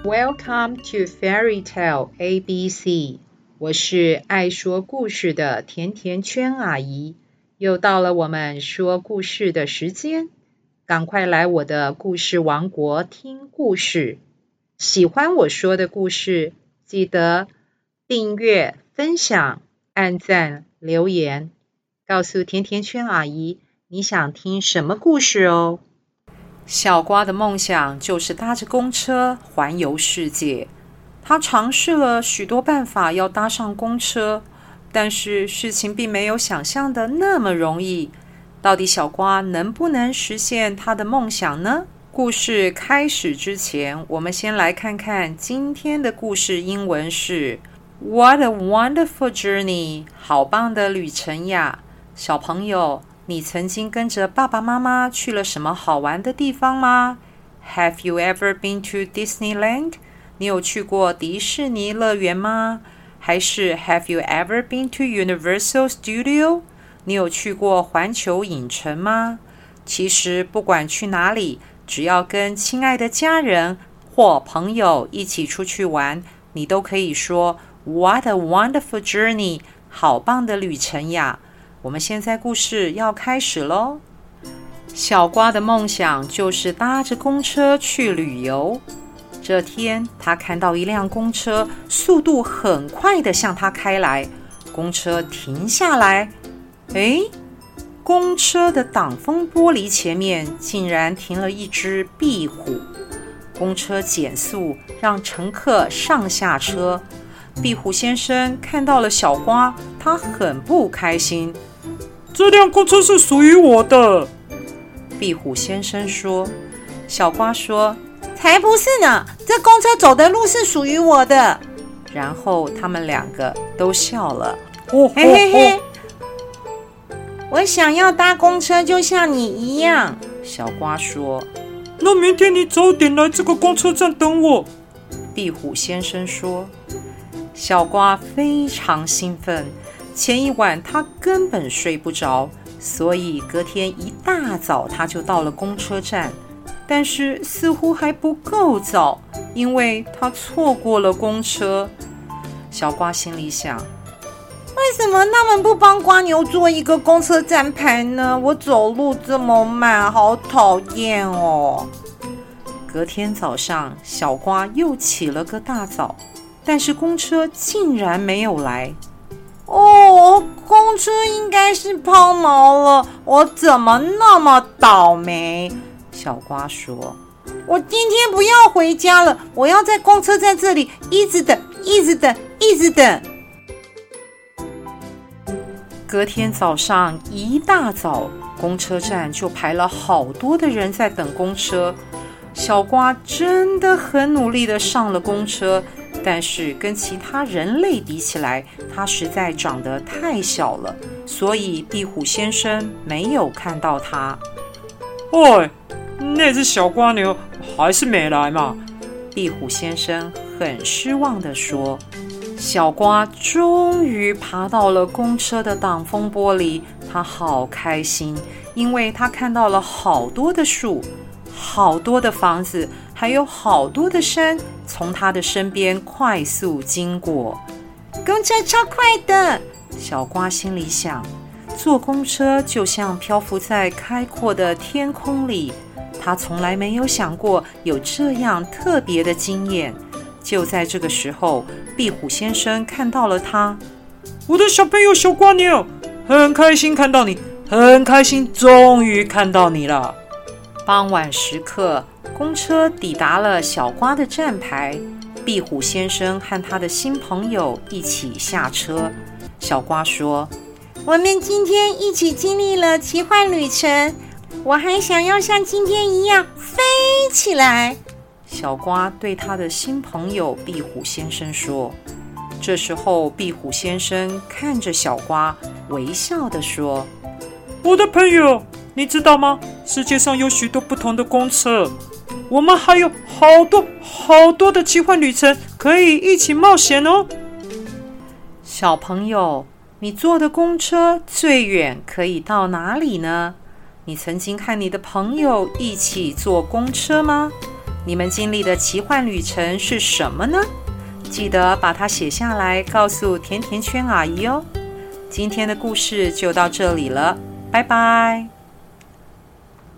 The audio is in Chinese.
Welcome to Fairy Tale ABC， 我是爱说故事的甜甜圈阿姨，又到了我们说故事的时间，赶快来我的故事王国听故事。喜欢我说的故事，记得订阅、分享、按赞、留言，告诉甜甜圈阿姨你想听什么故事哦。小瓜的梦想就是搭着公车环游世界。他尝试了许多办法要搭上公车，但是事情并没有想象的那么容易。到底小瓜能不能实现他的梦想呢？故事开始之前，我们先来看看今天的故事英文是 What a wonderful journey， 好棒的旅程呀！小朋友，你曾经跟着爸爸妈妈去了什么好玩的地方吗？ Have you ever been to Disneyland？ 你有去过迪士尼乐园吗？还是 Have you ever been to Universal Studio？ 你有去过环球影城吗？其实不管去哪里，只要跟亲爱的家人或朋友一起出去玩，你都可以说 What a wonderful journey， 好棒的旅程呀！我们现在故事要开始咯。小瓜的梦想就是搭着公车去旅游。这天，他看到一辆公车速度很快地向他开来，公车停下来。公车的挡风玻璃前面竟然停了一只壁虎。公车减速，让乘客上下车。壁虎先生看到了小瓜，他很不开心。 这辆公车是属于我的， 壁虎先生说。小瓜说， 才不是呢，这公车走的路是属于我的。 然后他们两个都笑了。 嘿嘿嘿，我想要搭公车就像你一样， 小瓜说。 那明天你早点来这个公车站等我， 壁虎先生说。小瓜非常兴奋，前一晚他根本睡不着，所以隔天一大早他就到了公车站，但是似乎还不够早，因为他错过了公车。小瓜心里想， 为什么他们不帮瓜牛做一个公车站牌呢？我走路这么慢，好讨厌哦。 隔天早上，小瓜又起了个大早，但是公车竟然没有来。 公车应该是抛锚了，我怎么那么倒霉？ 小瓜说。 我今天不要回家了，我要在公车站这里一直等，一直等，一直等。 隔天早上一大早，公车站就排了好多的人在等公车。小瓜真的很努力地上了公车，但是跟其他人类比起来，他实在长得太小了，所以壁虎先生没有看到他。 那只小瓜牛还是没来嘛？ 壁虎先生很失望地说。小瓜终于爬到了公车的挡风玻璃，他好开心，因为他看到了好多的树，好多的房子，还有好多的山从他的身边快速经过。 公车超快的， 小瓜心里想，坐公车就像漂浮在开阔的天空里，他从来没有想过有这样特别的经验。就在这个时候，壁虎先生看到了他。 我的小朋友小瓜牛，很开心看到你，很开心终于看到你了。 傍晚时刻，公车抵达了小瓜的站牌，壁虎先生和他的新朋友一起下车。小瓜说， 我们今天一起经历了奇幻旅程，我还想要像今天一样飞起来。 小瓜对他的新朋友壁虎先生说。这时候壁虎先生看着小瓜，微笑地说， 我的朋友，你知道吗？世界上有许多不同的公车，我们还有好多好多的奇幻旅程可以一起冒险哦。 小朋友，你坐的公车最远可以到哪里呢？你曾经和你的朋友一起坐公车吗？ 你们经历的奇幻旅程是什么呢？记得把它写下来，告诉甜甜圈阿姨哦。今天的故事就到这里了，拜拜。